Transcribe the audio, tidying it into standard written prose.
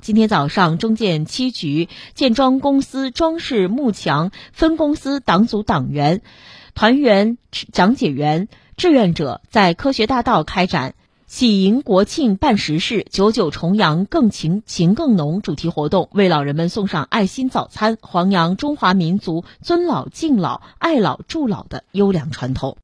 今天早上，中建七局建装公司装饰幕墙分公司党组党员、团员、讲解员、志愿者在科学大道开展喜迎国庆办实事，99重阳更情更浓主题活动，为老人们送上爱心早餐，弘扬中华民族尊老敬老、爱老助老的优良传统。